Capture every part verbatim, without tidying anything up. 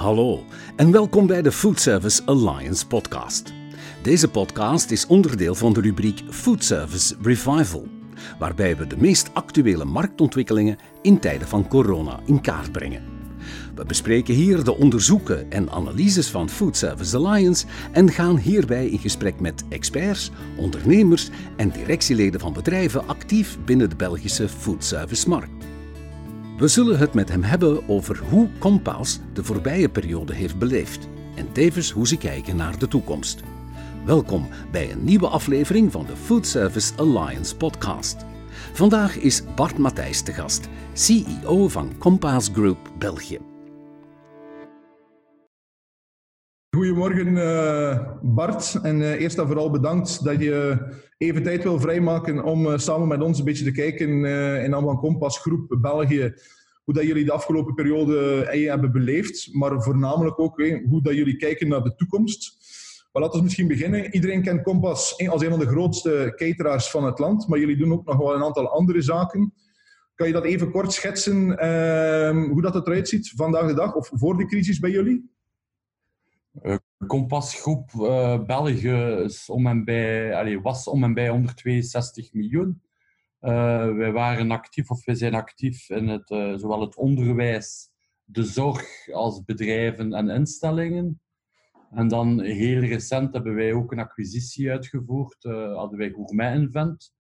Hallo en welkom bij de Food Service Alliance podcast. Deze podcast is onderdeel van de rubriek Food Service Revival, waarbij we de meest actuele marktontwikkelingen in tijden van corona in kaart brengen. We bespreken hier de onderzoeken en analyses van Food Service Alliance en gaan hierbij in gesprek met experts, ondernemers en directieleden van bedrijven actief binnen de Belgische foodservice-markt. We zullen het met hem hebben over hoe Compass de voorbije periode heeft beleefd en tevens hoe ze kijken naar de toekomst. Welkom bij een nieuwe aflevering van de Food Service Alliance podcast. Vandaag is Bart Matthijs te gast, C E O van Compass Group België. Goedemorgen uh, Bart en uh, eerst en vooral bedankt dat je even tijd wil vrijmaken om uh, samen met ons een beetje te kijken uh, in naam van Compass Groep België hoe dat jullie de afgelopen periode uh, hebben beleefd, maar voornamelijk ook uh, hoe dat jullie kijken naar de toekomst. Maar laten we misschien beginnen. Iedereen kent Compass als een van de grootste cateraars van het land, maar jullie doen ook nog wel een aantal andere zaken. Kan je dat even kort schetsen, uh, hoe dat eruit ziet vandaag de dag of voor de crisis bij jullie? Uh, Compass Groep uh, België is om en bij, allez, was om en bij honderdtweeënzestig miljoen. Uh, wij waren actief, of wij zijn actief in het, uh, zowel het onderwijs, de zorg als bedrijven en instellingen. En dan heel recent hebben wij ook een acquisitie uitgevoerd. Uh, hadden wij Gourmet Invent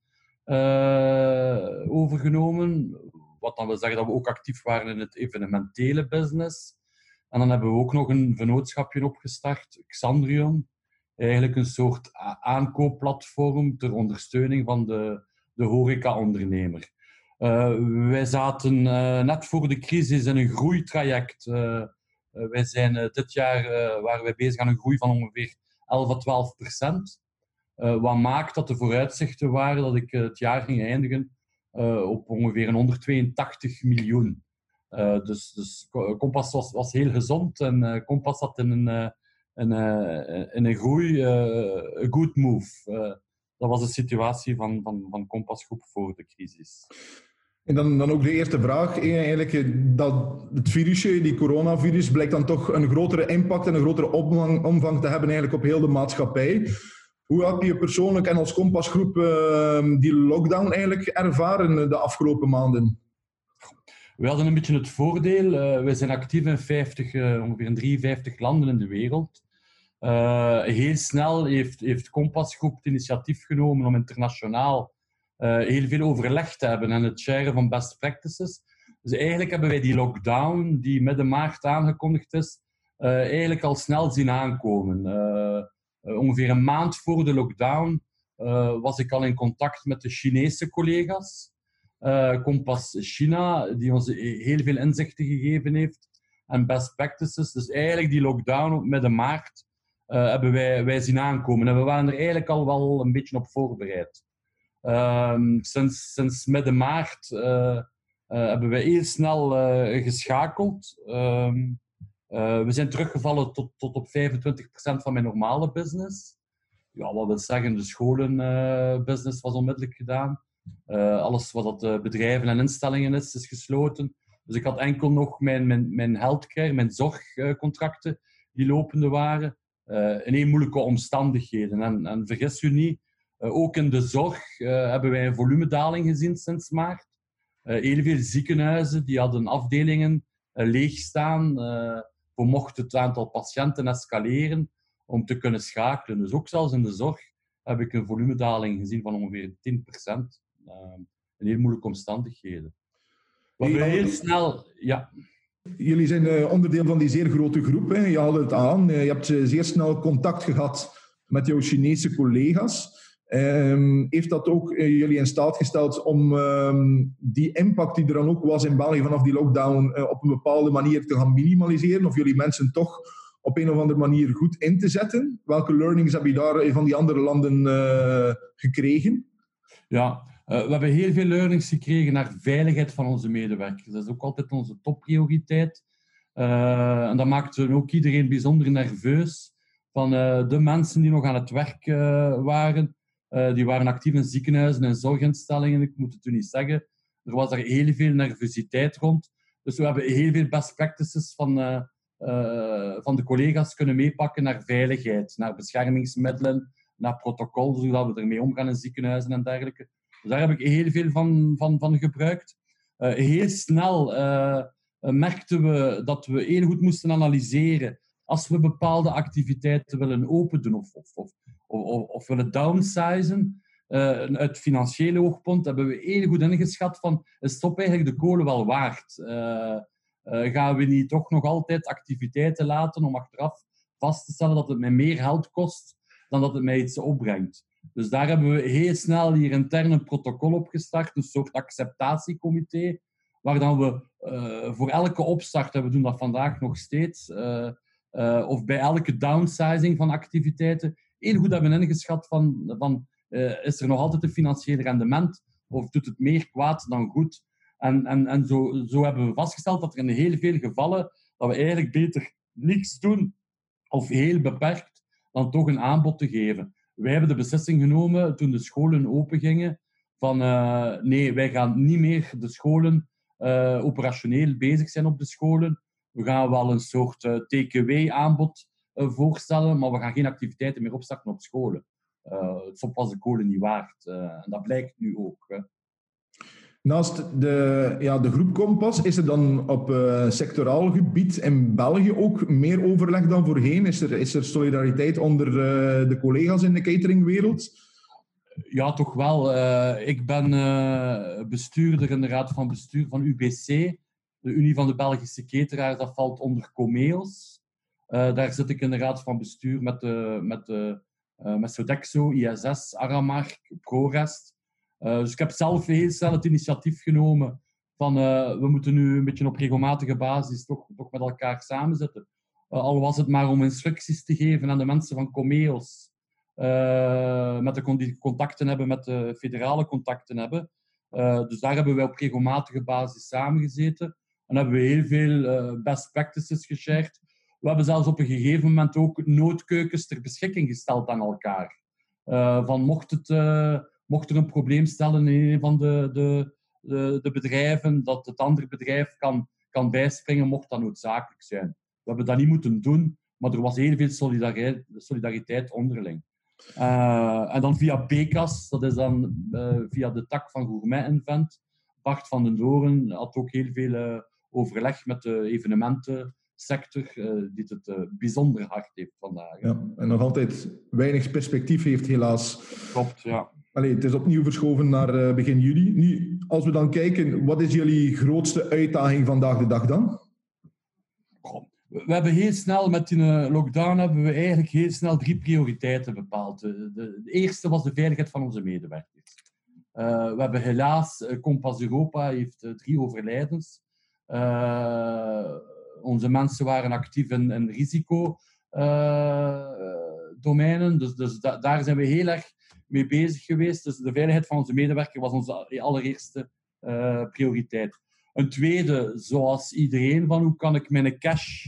uh, overgenomen. Wat dan wil zeggen dat we ook actief waren in het evenementele business. En dan hebben we ook nog een vennootschapje opgestart, Xandrion. Eigenlijk een soort aankoopplatform ter ondersteuning van de, de horeca-ondernemer. Uh, wij zaten uh, net voor de crisis in een groeitraject. Uh, uh, wij zijn uh, dit jaar uh, waren wij bezig aan een groei van ongeveer elf à twaalf procent. Uh, wat maakt dat de vooruitzichten waren dat ik uh, het jaar ging eindigen uh, op ongeveer een honderdtweeëntachtig miljoen. Uh, dus, dus Compass was, was heel gezond en uh, Compass zat in een, uh, in, uh, in een groei, uh, a good move. Uh, dat was de situatie van, van, van Compass Groep voor de crisis. En dan, dan ook de eerste vraag, eigenlijk, dat het virusje, die coronavirus, blijkt dan toch een grotere impact en een grotere omvang, omvang te hebben eigenlijk op heel de maatschappij. Hoe heb je persoonlijk en als Compass Groep uh, die lockdown eigenlijk ervaren de afgelopen maanden? We hadden een beetje het voordeel, uh, wij zijn actief in vijftig, uh, ongeveer in drieënvijftig landen in de wereld. Uh, heel snel heeft, heeft Compass Groep het initiatief genomen om internationaal uh, heel veel overleg te hebben en het sharen van best practices. Dus eigenlijk hebben wij die lockdown, die midden maart aangekondigd is, uh, eigenlijk al snel zien aankomen. Uh, uh, ongeveer een maand voor de lockdown uh, was ik al in contact met de Chinese collega's. Uh, Compass China, die ons heel veel inzichten gegeven heeft en best practices. Dus eigenlijk die lockdown op midden maart uh, hebben wij, wij zien aankomen. En we waren er eigenlijk al wel een beetje op voorbereid. Um, sinds, sinds midden maart uh, uh, hebben wij heel snel uh, geschakeld. Um, uh, we zijn teruggevallen tot, tot op vijfentwintig procent van mijn normale business. Ja, wat wil zeggen, de scholenbusiness uh, was onmiddellijk gedaan. Uh, alles wat dat uh, bedrijven en instellingen is, is gesloten. Dus ik had enkel nog mijn, mijn, mijn healthcare, mijn zorgcontracten, uh, die lopende waren, uh, in heel moeilijke omstandigheden. En, en vergis u niet, uh, ook in de zorg uh, hebben wij een volumedaling gezien sinds maart. Uh, heel veel ziekenhuizen die hadden afdelingen uh, leegstaan, uh, voor mocht het aantal patiënten escaleren, om te kunnen schakelen. Dus ook zelfs in de zorg heb ik een volumedaling gezien van ongeveer tien procent. Uh, in heel moeilijke omstandigheden. Wat we heel snel... Ja. Jullie zijn uh, onderdeel van die zeer grote groep. Hè. Je haalde het aan. Uh, je hebt uh, zeer snel contact gehad met jouw Chinese collega's. Um, heeft dat ook uh, jullie in staat gesteld om um, die impact die er dan ook was in België vanaf die lockdown uh, op een bepaalde manier te gaan minimaliseren? Of jullie mensen toch op een of andere manier goed in te zetten? Welke learnings heb je daar van die andere landen uh, gekregen? Ja, uh, we hebben heel veel learnings gekregen naar veiligheid van onze medewerkers. Dat is ook altijd onze topprioriteit. Uh, en dat maakte ook iedereen bijzonder nerveus. Van uh, de mensen die nog aan het werk uh, waren, uh, die waren actief in ziekenhuizen en zorginstellingen. Ik moet het u niet zeggen. Er was daar heel veel nervositeit rond. Dus we hebben heel veel best practices van, uh, uh, van de collega's kunnen meepakken naar veiligheid, naar beschermingsmiddelen, naar protocol, zodat we ermee omgaan in ziekenhuizen en dergelijke. Dus daar heb ik heel veel van, van, van gebruikt. Uh, heel snel uh, merkten we dat we heel goed moesten analyseren als we bepaalde activiteiten willen opendoen of, of, of, of, of willen downsizen. Uh, uit financiële oogpunt hebben we heel goed ingeschat van, is het eigenlijk de kolen wel waard? Uh, uh, gaan we niet toch nog altijd activiteiten laten om achteraf vast te stellen dat het mij meer geld kost dan dat het mij iets opbrengt? Dus daar hebben we heel snel hier intern een protocol opgestart, een soort acceptatiecomité, waar dan we uh, voor elke opstart, en we doen dat vandaag nog steeds, uh, uh, of bij elke downsizing van activiteiten, heel goed hebben ingeschat van, van uh, is er nog altijd een financieel rendement, of doet het meer kwaad dan goed? En, en, en zo, zo hebben we vastgesteld dat er in heel veel gevallen dat we eigenlijk beter niks doen, of heel beperkt, dan toch een aanbod te geven. Wij hebben de beslissing genomen toen de scholen opengingen van uh, nee, wij gaan niet meer de scholen uh, operationeel bezig zijn op de scholen. We gaan wel een soort uh, takeaway-aanbod uh, voorstellen, maar we gaan geen activiteiten meer opstarten op scholen. Uh, het stop was de kolen niet waard. Uh, en dat blijkt nu ook. Hè. Naast de, ja, de groep Kompas, is er dan op uh, sectoraal gebied in België ook meer overleg dan voorheen? Is er, is er solidariteit onder uh, de collega's in de cateringwereld? Ja, toch wel. Uh, ik ben uh, bestuurder in de raad van bestuur van U B C, de Unie van de Belgische Cateraars. Dat valt onder Comeos. Uh, daar zit ik in de raad van bestuur met, de, met, de, uh, met Sodexo, I S S, Aramark, ProRest. Uh, dus ik heb zelf heel snel het initiatief genomen van uh, we moeten nu een beetje op regelmatige basis toch, toch met elkaar samenzitten. Uh, al was het maar om instructies te geven aan de mensen van Comeos, uh, met de die contacten hebben, met de federale contacten hebben. Uh, dus daar hebben wij op regelmatige basis samengezeten en hebben we heel veel uh, best practices geshared. We hebben zelfs op een gegeven moment ook noodkeukens ter beschikking gesteld aan elkaar. Uh, van mocht het... Uh, Mocht er een probleem stellen in een van de, de, de, de bedrijven, dat het andere bedrijf kan, kan bijspringen, mocht dat noodzakelijk zijn. We hebben dat niet moeten doen, maar er was heel veel solidariteit, solidariteit onderling. Uh, en dan via B E C A S, dat is dan uh, via de tak van Gourmet Invent. Bart van den Doren had ook heel veel uh, overleg met de evenementensector, uh, die het uh, bijzonder hard heeft vandaag. Ja, en nog altijd weinig perspectief heeft, helaas. Klopt, ja. Allee, het is opnieuw verschoven naar uh, begin juli. Nu, als we dan kijken, wat is jullie grootste uitdaging vandaag de dag dan? We hebben heel snel, met die lockdown, hebben we eigenlijk heel snel drie prioriteiten bepaald. De, de, de eerste was de veiligheid van onze medewerkers. Uh, we hebben helaas, uh, Kompas Europa heeft uh, drie overlijdens. Uh, onze mensen waren actief in, in risicodomeinen, uh, dus, dus da, daar zijn we heel erg mee bezig geweest. Dus de veiligheid van onze medewerker was onze allereerste uh, prioriteit. Een tweede, zoals iedereen, van hoe kan ik mijn cash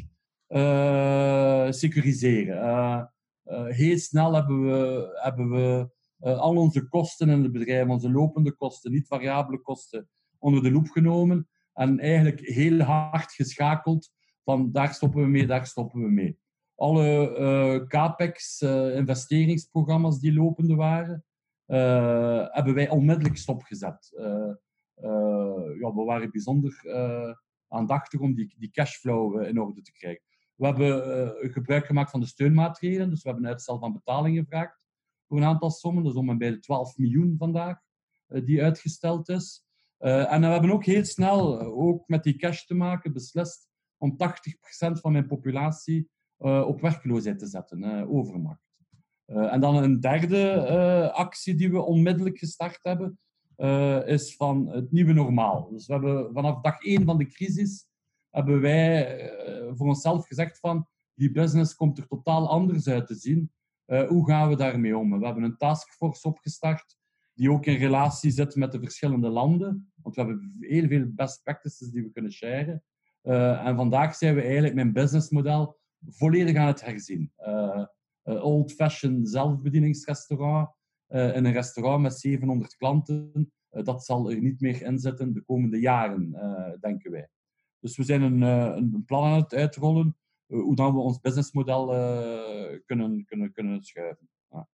uh, securiseren. Uh, uh, heel snel hebben we, hebben we uh, al onze kosten in het bedrijf, onze lopende kosten, niet variabele kosten, onder de loep genomen en eigenlijk heel hard geschakeld van daar stoppen we mee, daar stoppen we mee. Alle uh, capex, uh, investeringsprogramma's die lopende waren, uh, hebben wij onmiddellijk stopgezet. Uh, uh, ja, we waren bijzonder uh, aandachtig om die, die cashflow uh, in orde te krijgen. We hebben uh, gebruik gemaakt van de steunmaatregelen, dus we hebben uitstel van betaling gevraagd voor een aantal sommen, dus om en bij de twaalf miljoen vandaag, uh, die uitgesteld is. Uh, en we hebben ook heel snel, uh, ook met die cash te maken, beslist om tachtig procent van mijn populatie Uh, op werkloosheid te zetten, uh, overmacht. Uh, en dan een derde uh, actie die we onmiddellijk gestart hebben, uh, is van het nieuwe normaal. Dus we hebben vanaf dag één van de crisis hebben wij uh, voor onszelf gezegd van die business komt er totaal anders uit te zien. Uh, hoe gaan we daarmee om? We hebben een taskforce opgestart die ook in relatie zit met de verschillende landen, want we hebben heel veel best practices die we kunnen sharen. Uh, en vandaag zijn we eigenlijk mijn businessmodel volledig aan het herzien. Uh, uh, old-fashioned zelfbedieningsrestaurant uh, in een restaurant met zevenhonderd klanten, uh, dat zal er niet meer in zitten de komende jaren, uh, denken wij. Dus we zijn een, uh, een plan aan het uitrollen hoe dan we ons businessmodel uh, kunnen, kunnen, kunnen schuiven. Ja.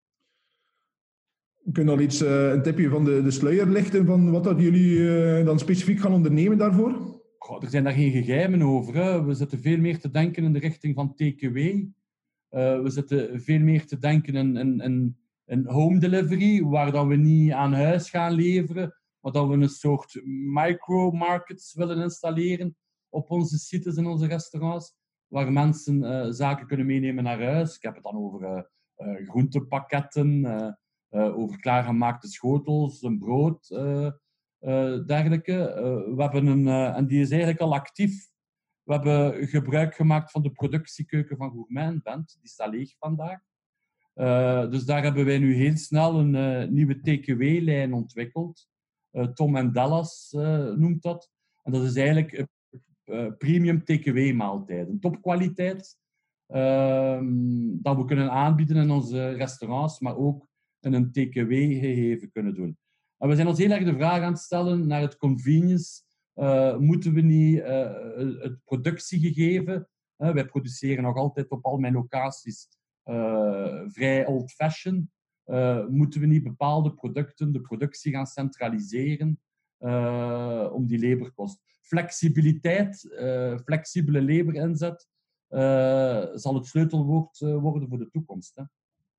Kun je al iets, uh, een tipje van de, de sluier lichten van wat dat jullie uh, dan specifiek gaan ondernemen daarvoor? Goh, er zijn daar geen geheimen over. Hè. We zitten veel meer te denken in de richting van takeaway. Uh, we zitten veel meer te denken in, in, in, in home delivery, waar dan we niet aan huis gaan leveren, maar dat we een soort micro-markets willen installeren op onze sites en onze restaurants, waar mensen uh, zaken kunnen meenemen naar huis. Ik heb het dan over uh, uh, groentepakketten, uh, uh, over klaargemaakte schotels, een brood, uh, uh, dergelijke. Uh, we hebben een, uh, en die is eigenlijk al actief. We hebben gebruik gemaakt van de productiekeuken van Gourmet Bent. Die staat leeg vandaag. Uh, dus daar hebben wij nu heel snel een uh, nieuwe takeaway-lijn ontwikkeld. Uh, Tom en Dallas uh, noemt dat. En dat is eigenlijk uh, uh, premium takeaway maaltijden. Topkwaliteit. Uh, dat we kunnen aanbieden in onze restaurants, maar ook in een takeaway gegeven kunnen doen. En we zijn ons heel erg de vraag aan het stellen naar het convenience. Uh, moeten we niet uh, het productiegegeven... Uh, wij produceren nog altijd op al mijn locaties uh, vrij old-fashioned. Uh, moeten we niet bepaalde producten, de productie gaan centraliseren uh, om die leberkost? Flexibiliteit, uh, flexibele leberinzet, uh, zal het sleutelwoord uh, worden voor de toekomst. Hè?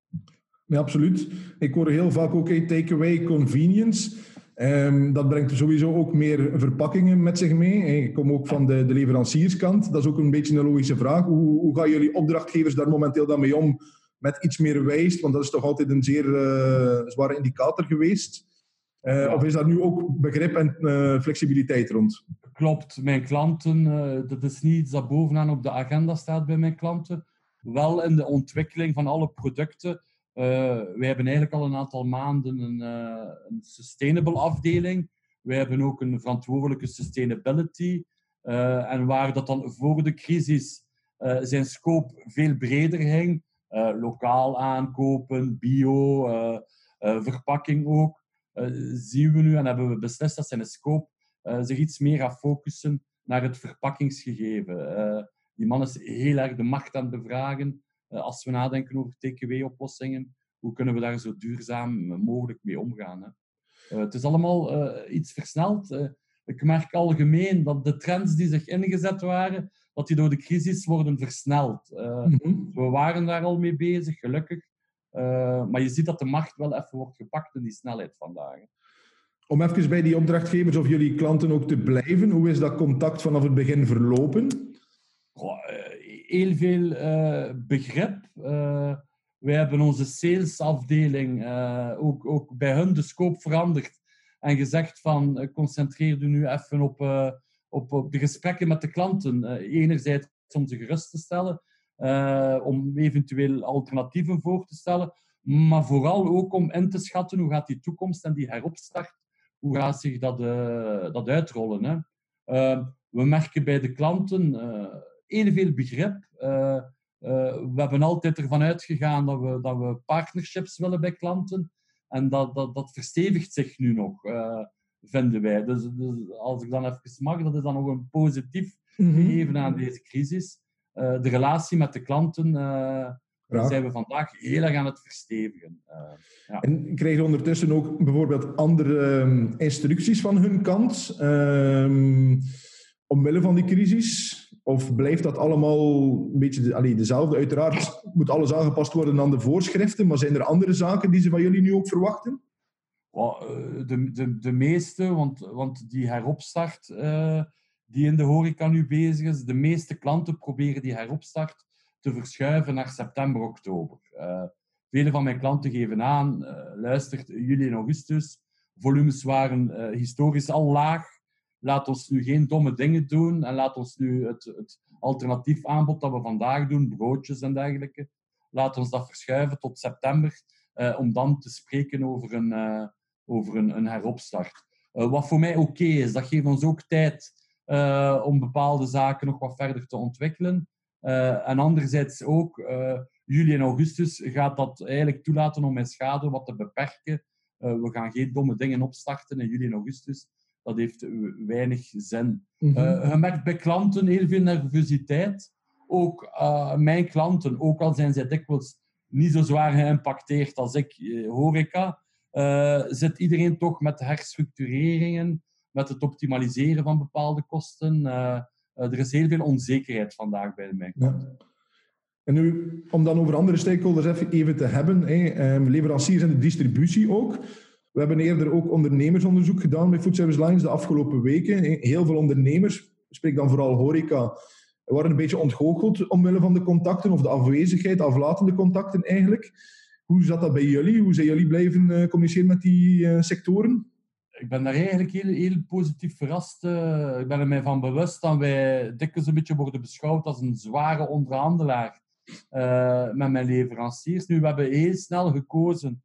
Ja, absoluut. Ik hoor heel vaak ook hey, takeaway convenience. Um, dat brengt sowieso ook meer verpakkingen met zich mee. Ik kom ook van de, de leverancierskant. Dat is ook een beetje een logische vraag. Hoe, hoe gaan jullie opdrachtgevers daar momenteel dan mee om met iets meer waste? Want dat is toch altijd een zeer uh, zware indicator geweest. Uh, ja. Of is daar nu ook begrip en uh, flexibiliteit rond? Klopt. Mijn klanten, uh, dat is niet iets dat bovenaan op de agenda staat bij mijn klanten. Wel in de ontwikkeling van alle producten. Uh, wij hebben eigenlijk al een aantal maanden een, uh, een sustainable afdeling. Wij hebben ook een verantwoordelijke sustainability. Uh, en waar dat dan voor de crisis uh, zijn scope veel breder ging, uh, lokaal aankopen, bio, uh, uh, verpakking ook, uh, zien we nu en hebben we beslist dat zijn scope uh, zich iets meer gaat focussen naar het verpakkingsgegeven. Uh, die man is heel erg de markt aan het bevragen. Als we nadenken over takeaway-oplossingen, hoe kunnen we daar zo duurzaam mogelijk mee omgaan? Hè? Uh, het is allemaal uh, iets versneld. Uh, ik merk algemeen dat de trends die zich ingezet waren, dat die door de crisis worden versneld. Uh, mm-hmm. We waren daar al mee bezig, gelukkig. Uh, maar je ziet dat de markt wel even wordt gepakt in die snelheid vandaag. Hè? Om even bij die opdrachtgevers of jullie klanten ook te blijven, hoe is dat contact vanaf het begin verlopen? Goh, heel veel uh, begrip. Uh, wij hebben onze salesafdeling uh, ook, ook bij hun de scope veranderd en gezegd van uh, concentreer je nu even op, uh, op, op de gesprekken met de klanten. Uh, enerzijds om ze gerust te stellen, uh, om eventueel alternatieven voor te stellen, maar vooral ook om in te schatten hoe gaat die toekomst en die heropstart, hoe gaat zich dat, uh, dat uitrollen. Hè? Uh, we merken bij de klanten uh, heel veel begrip. Uh, uh, we hebben altijd ervan uitgegaan dat we, dat we partnerships willen bij klanten. En dat, dat, dat verstevigt zich nu nog, uh, vinden wij. Dus, dus als ik dan even mag, dat is dan nog een positief mm-hmm. gegeven aan deze crisis. Uh, de relatie met de klanten uh, zijn we vandaag heel erg aan het verstevigen. Uh, ja. En krijg je ondertussen ook bijvoorbeeld andere um, instructies van hun kant? Um, omwille van die crisis? Of blijft dat allemaal een beetje de, allee, dezelfde? Uiteraard moet alles aangepast worden aan de voorschriften, maar zijn er andere zaken die ze van jullie nu ook verwachten? De, de, de meeste, want, want die heropstart uh, die in de horeca nu bezig is, de meeste klanten proberen die heropstart te verschuiven naar september, oktober. Uh, vele van mijn klanten geven aan, uh, luistert, juli en augustus, volumes waren uh, historisch al laag. Laat ons nu geen domme dingen doen en laat ons nu het, het alternatief aanbod dat we vandaag doen, broodjes en dergelijke, laat ons dat verschuiven tot september, uh, om dan te spreken over een, uh, over een, een heropstart. Uh, wat voor mij oké okay is, dat geeft ons ook tijd uh, om bepaalde zaken nog wat verder te ontwikkelen. Uh, en anderzijds ook, uh, juli en augustus gaat dat eigenlijk toelaten om mijn schade wat te beperken. Uh, we gaan geen domme dingen opstarten in juli en augustus. Dat heeft weinig zin. Mm-hmm. Uh, je merkt bij klanten heel veel nervositeit. ook uh, mijn klanten, ook al zijn zij dikwijls niet zo zwaar geïmpacteerd als ik, uh, horeca, uh, zit iedereen toch met herstructureringen, met het optimaliseren van bepaalde kosten. Uh, uh, er is heel veel onzekerheid vandaag bij mijn klanten. Ja. En nu, om dan over andere stakeholders even, even te hebben, hè, um, leveranciers en de distributie ook. We hebben eerder ook ondernemersonderzoek gedaan bij Food Service Alliance de afgelopen weken. Heel veel ondernemers, ik spreek dan vooral horeca, waren een beetje ontgoocheld omwille van de contacten of de afwezigheid, aflatende contacten eigenlijk. Hoe zat dat bij jullie? Hoe zijn jullie blijven uh, communiceren met die uh, sectoren? Ik ben daar eigenlijk heel, heel positief verrast. Uh, ik ben er mij van bewust dat wij dikwijls een beetje worden beschouwd als een zware onderhandelaar uh, met mijn leveranciers. Nu, we hebben heel snel gekozen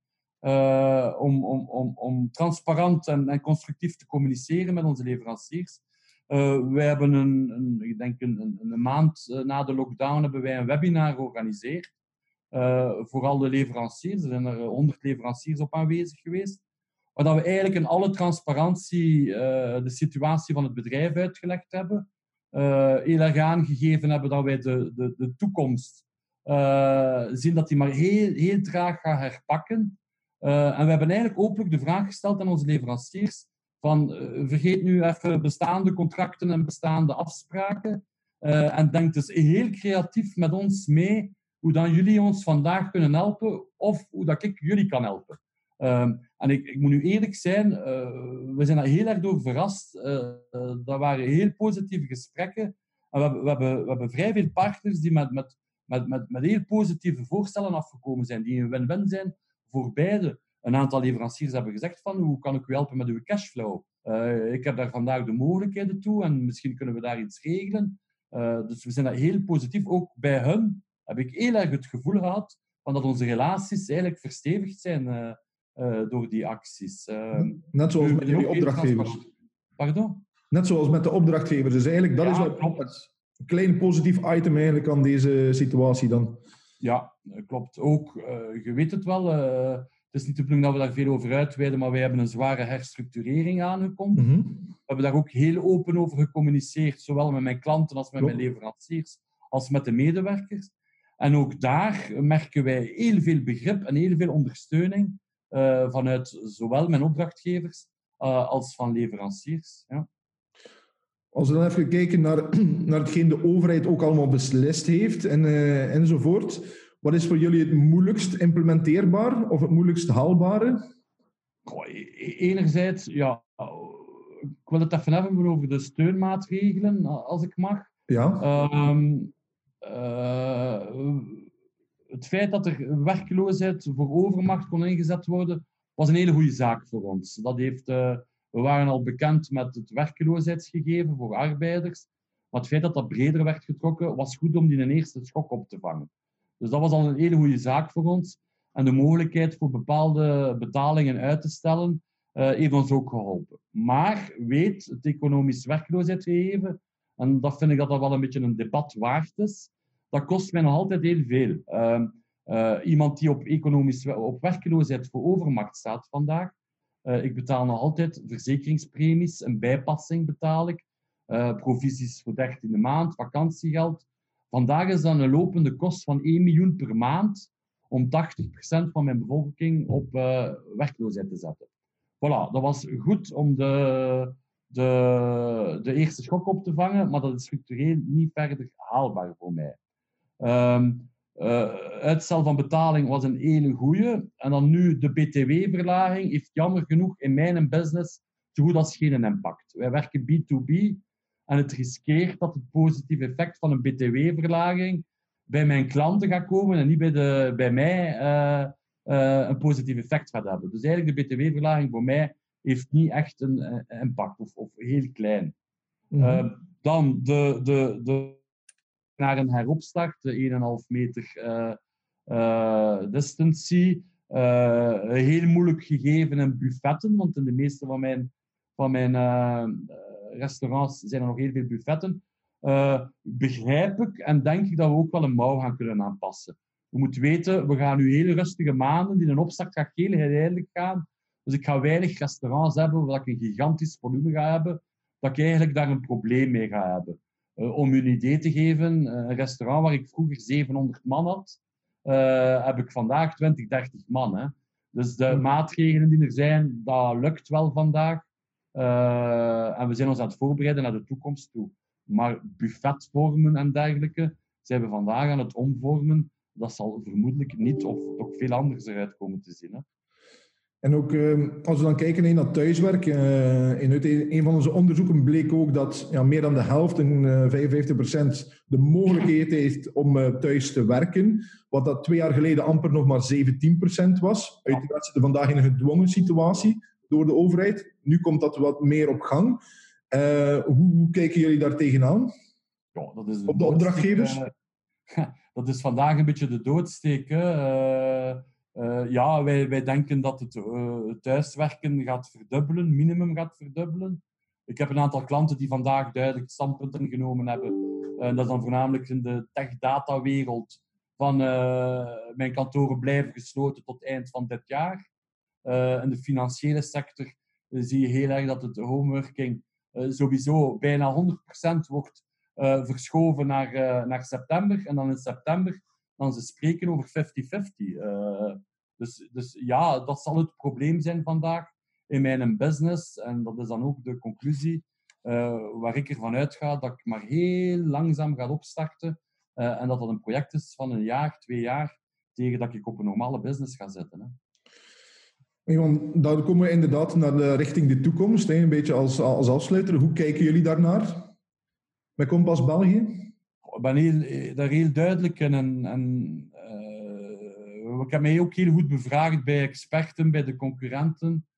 uh, om, om, om, om transparant en, en constructief te communiceren met onze leveranciers. Uh, wij hebben een, een, ik denk een, een, een maand uh, na de lockdown hebben wij een webinar georganiseerd. Uh, voor al de leveranciers. Er zijn er honderd leveranciers op aanwezig geweest. Waar we eigenlijk in alle transparantie uh, de situatie van het bedrijf uitgelegd hebben. Uh, heel erg aangegeven hebben dat wij de, de, de toekomst uh, zien dat die maar heel, heel traag gaat herpakken. Uh, en we hebben eigenlijk openlijk de vraag gesteld aan onze leveranciers van uh, vergeet nu even bestaande contracten en bestaande afspraken uh, en denk dus heel creatief met ons mee hoe dan jullie ons vandaag kunnen helpen of hoe dat ik jullie kan helpen. Um, en ik, ik moet nu eerlijk zijn, uh, we zijn daar heel erg door verrast. Uh, uh, dat waren heel positieve gesprekken. En we, hebben, we, hebben, we hebben vrij veel partners die met, met, met, met, met heel positieve voorstellen afgekomen zijn, die een win-win zijn voor beide. Een aantal leveranciers hebben gezegd van, hoe kan ik u helpen met uw cashflow? Uh, ik heb daar vandaag de mogelijkheden toe en misschien kunnen we daar iets regelen. Uh, dus we zijn daar heel positief. Ook bij hun heb ik heel erg het gevoel gehad van dat onze relaties eigenlijk verstevigd zijn uh, uh, door die acties. Uh, Net zoals met jullie opdrachtgevers. Pardon? Net zoals met de opdrachtgevers. Dus eigenlijk, dat ja, is wel klopt. Een klein positief item eigenlijk aan deze situatie dan. Ja, klopt. Ook, uh, je weet het wel, uh, het is niet de bedoeling dat we daar veel over uitweiden, maar wij hebben een zware herstructurering aangekondigd. Mm-hmm. We hebben daar ook heel open over gecommuniceerd, zowel met mijn klanten als met klopt. Mijn leveranciers, als met de medewerkers. En ook daar merken wij heel veel begrip en heel veel ondersteuning uh, vanuit zowel mijn opdrachtgevers uh, als van leveranciers. Ja. Als we dan even kijken naar, naar hetgeen de overheid ook allemaal beslist heeft en, uh, enzovoort. Wat is voor jullie het moeilijkst implementeerbaar of het moeilijkst haalbare? Goh, enerzijds, ja, ik wil het even hebben over de steunmaatregelen, als ik mag. Ja. Um, uh, het feit dat er werkloosheid voor overmacht kon ingezet worden, was een hele goede zaak voor ons. Dat heeft, uh, we waren al bekend met het werkloosheidsgegeven voor arbeiders, maar het feit dat dat breder werd getrokken, was goed om die een eerste schok op te vangen. Dus dat was al een hele goede zaak voor ons. En de mogelijkheid voor bepaalde betalingen uit te stellen, uh, heeft ons ook geholpen. Maar weet, het economisch werkloosheidsgegeven, en dat vind ik dat dat wel een beetje een debat waard is, dat kost mij nog altijd heel veel. Uh, uh, iemand die op, economisch, op werkloosheid voor overmacht staat vandaag, uh, ik betaal nog altijd verzekeringspremies, een bijpassing betaal ik, uh, provisies voor dertiende maand, vakantiegeld. Vandaag is dat een lopende kost van één miljoen per maand om tachtig procent van mijn bevolking op uh, werkloosheid te zetten. Voilà, dat was goed om de, de, de eerste schok op te vangen, maar dat is structureel niet verder haalbaar voor mij. Um, uh, uitstel van betaling was een hele goeie. En dan nu de B T W-verlaging heeft jammer genoeg in mijn business zo goed als geen impact. Wij werken B to B en het riskeert dat het positieve effect van een B T W-verlaging bij mijn klanten gaat komen en niet bij, de, bij mij uh, uh, een positief effect gaat hebben. Dus eigenlijk de B T W-verlaging voor mij heeft niet echt een uh, impact of, of heel klein. Mm-hmm. Uh, dan de, de, de naar een heropstart, de één komma vijf meter uh, uh, distantie. Uh, heel moeilijk gegeven in buffetten, want in de meeste van mijn, van mijn uh, restaurants zijn er nog heel veel buffetten. Uh, begrijp ik en denk ik dat we ook wel een mouw gaan kunnen aanpassen. Je moet weten, we gaan nu hele rustige maanden, die een opstart gaat heel geleidelijk gaan. Dus ik ga weinig restaurants hebben waar ik een gigantisch volume ga hebben, dat ik eigenlijk daar een probleem mee ga hebben. Uh, om u een idee te geven, uh, een restaurant waar ik vroeger zevenhonderd man had, uh, heb ik vandaag twintig, dertig man. Hè. Dus de maatregelen die er zijn, dat lukt wel vandaag. Uh, en we zijn ons aan het voorbereiden naar de toekomst toe. Maar buffetvormen en dergelijke zijn we vandaag aan het omvormen. Dat zal vermoedelijk niet of toch veel anders eruit komen te zien. Hè. En ook uh, als we dan kijken naar thuiswerk, uh, in een van onze onderzoeken bleek ook dat ja, meer dan de helft, en uh, vijfenvijftig procent, de mogelijkheid heeft om uh, thuis te werken. Wat dat twee jaar geleden amper nog maar zeventien procent was. Uiteraard zitten we vandaag in een gedwongen situatie door de overheid. Nu komt dat wat meer op gang. Uh, hoe, hoe kijken jullie daar tegenaan? Ja, dat is op de opdrachtgevers? Uh, dat is vandaag een beetje de doodsteek. Hè. Uh, Uh, ja, wij, wij denken dat het uh, thuiswerken gaat verdubbelen, minimum gaat verdubbelen. Ik heb een aantal klanten die vandaag duidelijk standpunten genomen hebben. Uh, dat is dan voornamelijk in de tech-data-wereld. Van uh, mijn kantoren blijven gesloten tot eind van dit jaar. Uh, in de financiële sector uh, zie je heel erg dat het homeworking uh, sowieso bijna honderd procent wordt uh, verschoven naar, uh, naar september. En dan in september dan ze spreken over vijftig vijftig. Uh, dus, dus ja, dat zal het probleem zijn vandaag in mijn business. En dat is dan ook de conclusie uh, waar ik ervan uitga dat ik maar heel langzaam ga opstarten. Uh, en dat dat een project is van een jaar, twee jaar, tegen dat ik op een normale business ga zetten. Hè. Ja, want daar komen we inderdaad naar de, richting de toekomst. Hè, een beetje als, als afsluiter. Hoe kijken jullie daarnaar? Met Kompas België? Ik ben heel, daar heel duidelijk in. En, en, uh, ik heb mij ook heel goed bevraagd bij experten, bij de concurrenten.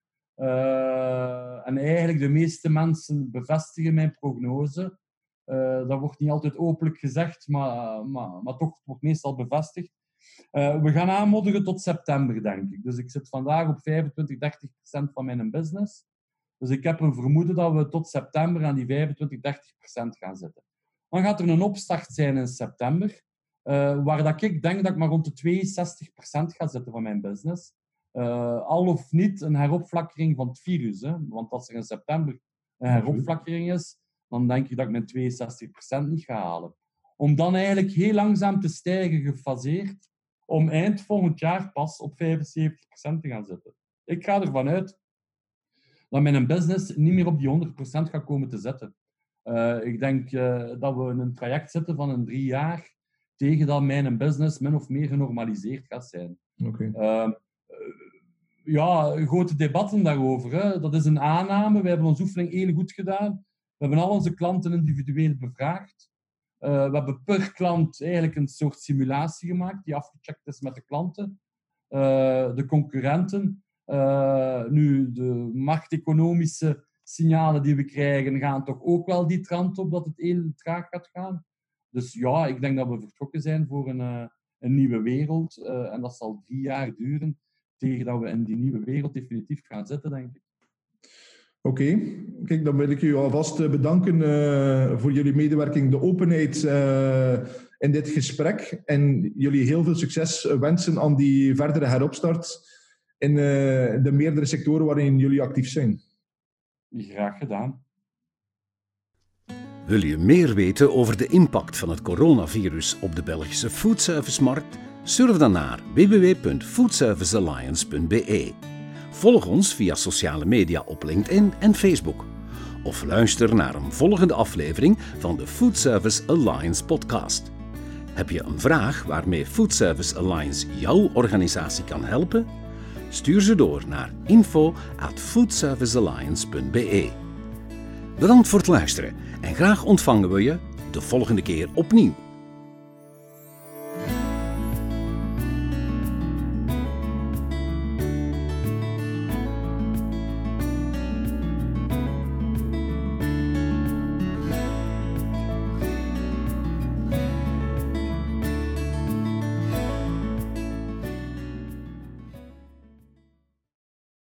Uh, en eigenlijk de meeste mensen bevestigen mijn prognose. Uh, dat wordt niet altijd openlijk gezegd, maar, maar, maar toch wordt meestal bevestigd. Uh, we gaan aanmoedigen tot september, denk ik. Dus ik zit vandaag op vijfentwintig, dertig procent van mijn business. Dus ik heb een vermoeden dat we tot september aan die vijfentwintig, dertig procent gaan zitten. Dan gaat er een opstart zijn in september, uh, waar dat ik denk dat ik maar rond de tweeënzestig procent ga zitten van mijn business. Uh, al of niet een heropflakkering van het virus. Hè? Want als er in september een heropflakkering is, dan denk ik dat ik mijn tweeënzestig procent niet ga halen. Om dan eigenlijk heel langzaam te stijgen, gefaseerd, om eind volgend jaar pas op vijfenzeventig procent te gaan zitten. Ik ga ervan uit dat mijn business niet meer op die honderd procent gaat komen te zetten. Uh, ik denk uh, dat we in een traject zitten van een drie jaar tegen dat mijn business min of meer genormaliseerd gaat zijn. Okay. Uh, ja, grote debatten daarover. Hè. Dat is een aanname. We hebben onze oefening heel goed gedaan. We hebben al onze klanten individueel bevraagd. Uh, we hebben per klant eigenlijk een soort simulatie gemaakt die afgecheckt is met de klanten, uh, de concurrenten. Uh, nu, de markteconomische signalen die we krijgen gaan toch ook wel die trant op dat het heel traag gaat gaan. Dus ja, ik denk dat we vertrokken zijn voor een, uh, een nieuwe wereld. Uh, en dat zal drie jaar duren tegen dat we in die nieuwe wereld definitief gaan zitten, denk ik. Oké, okay. Kijk, dan wil ik u alvast bedanken uh, voor jullie medewerking, de openheid uh, in dit gesprek. En jullie heel veel succes wensen aan die verdere heropstart in uh, de meerdere sectoren waarin jullie actief zijn. Graag gedaan. Wil je meer weten over de impact van het coronavirus op de Belgische foodservicemarkt? Surf dan naar w w w punt foodservice alliance punt b e. Volg ons via sociale media op LinkedIn en Facebook. Of luister naar een volgende aflevering van de Food Service Alliance podcast. Heb je een vraag waarmee Food Service Alliance jouw organisatie kan helpen? Stuur ze door naar info at foodservice alliance punt b e. Bedankt voor het luisteren en graag ontvangen we je de volgende keer opnieuw.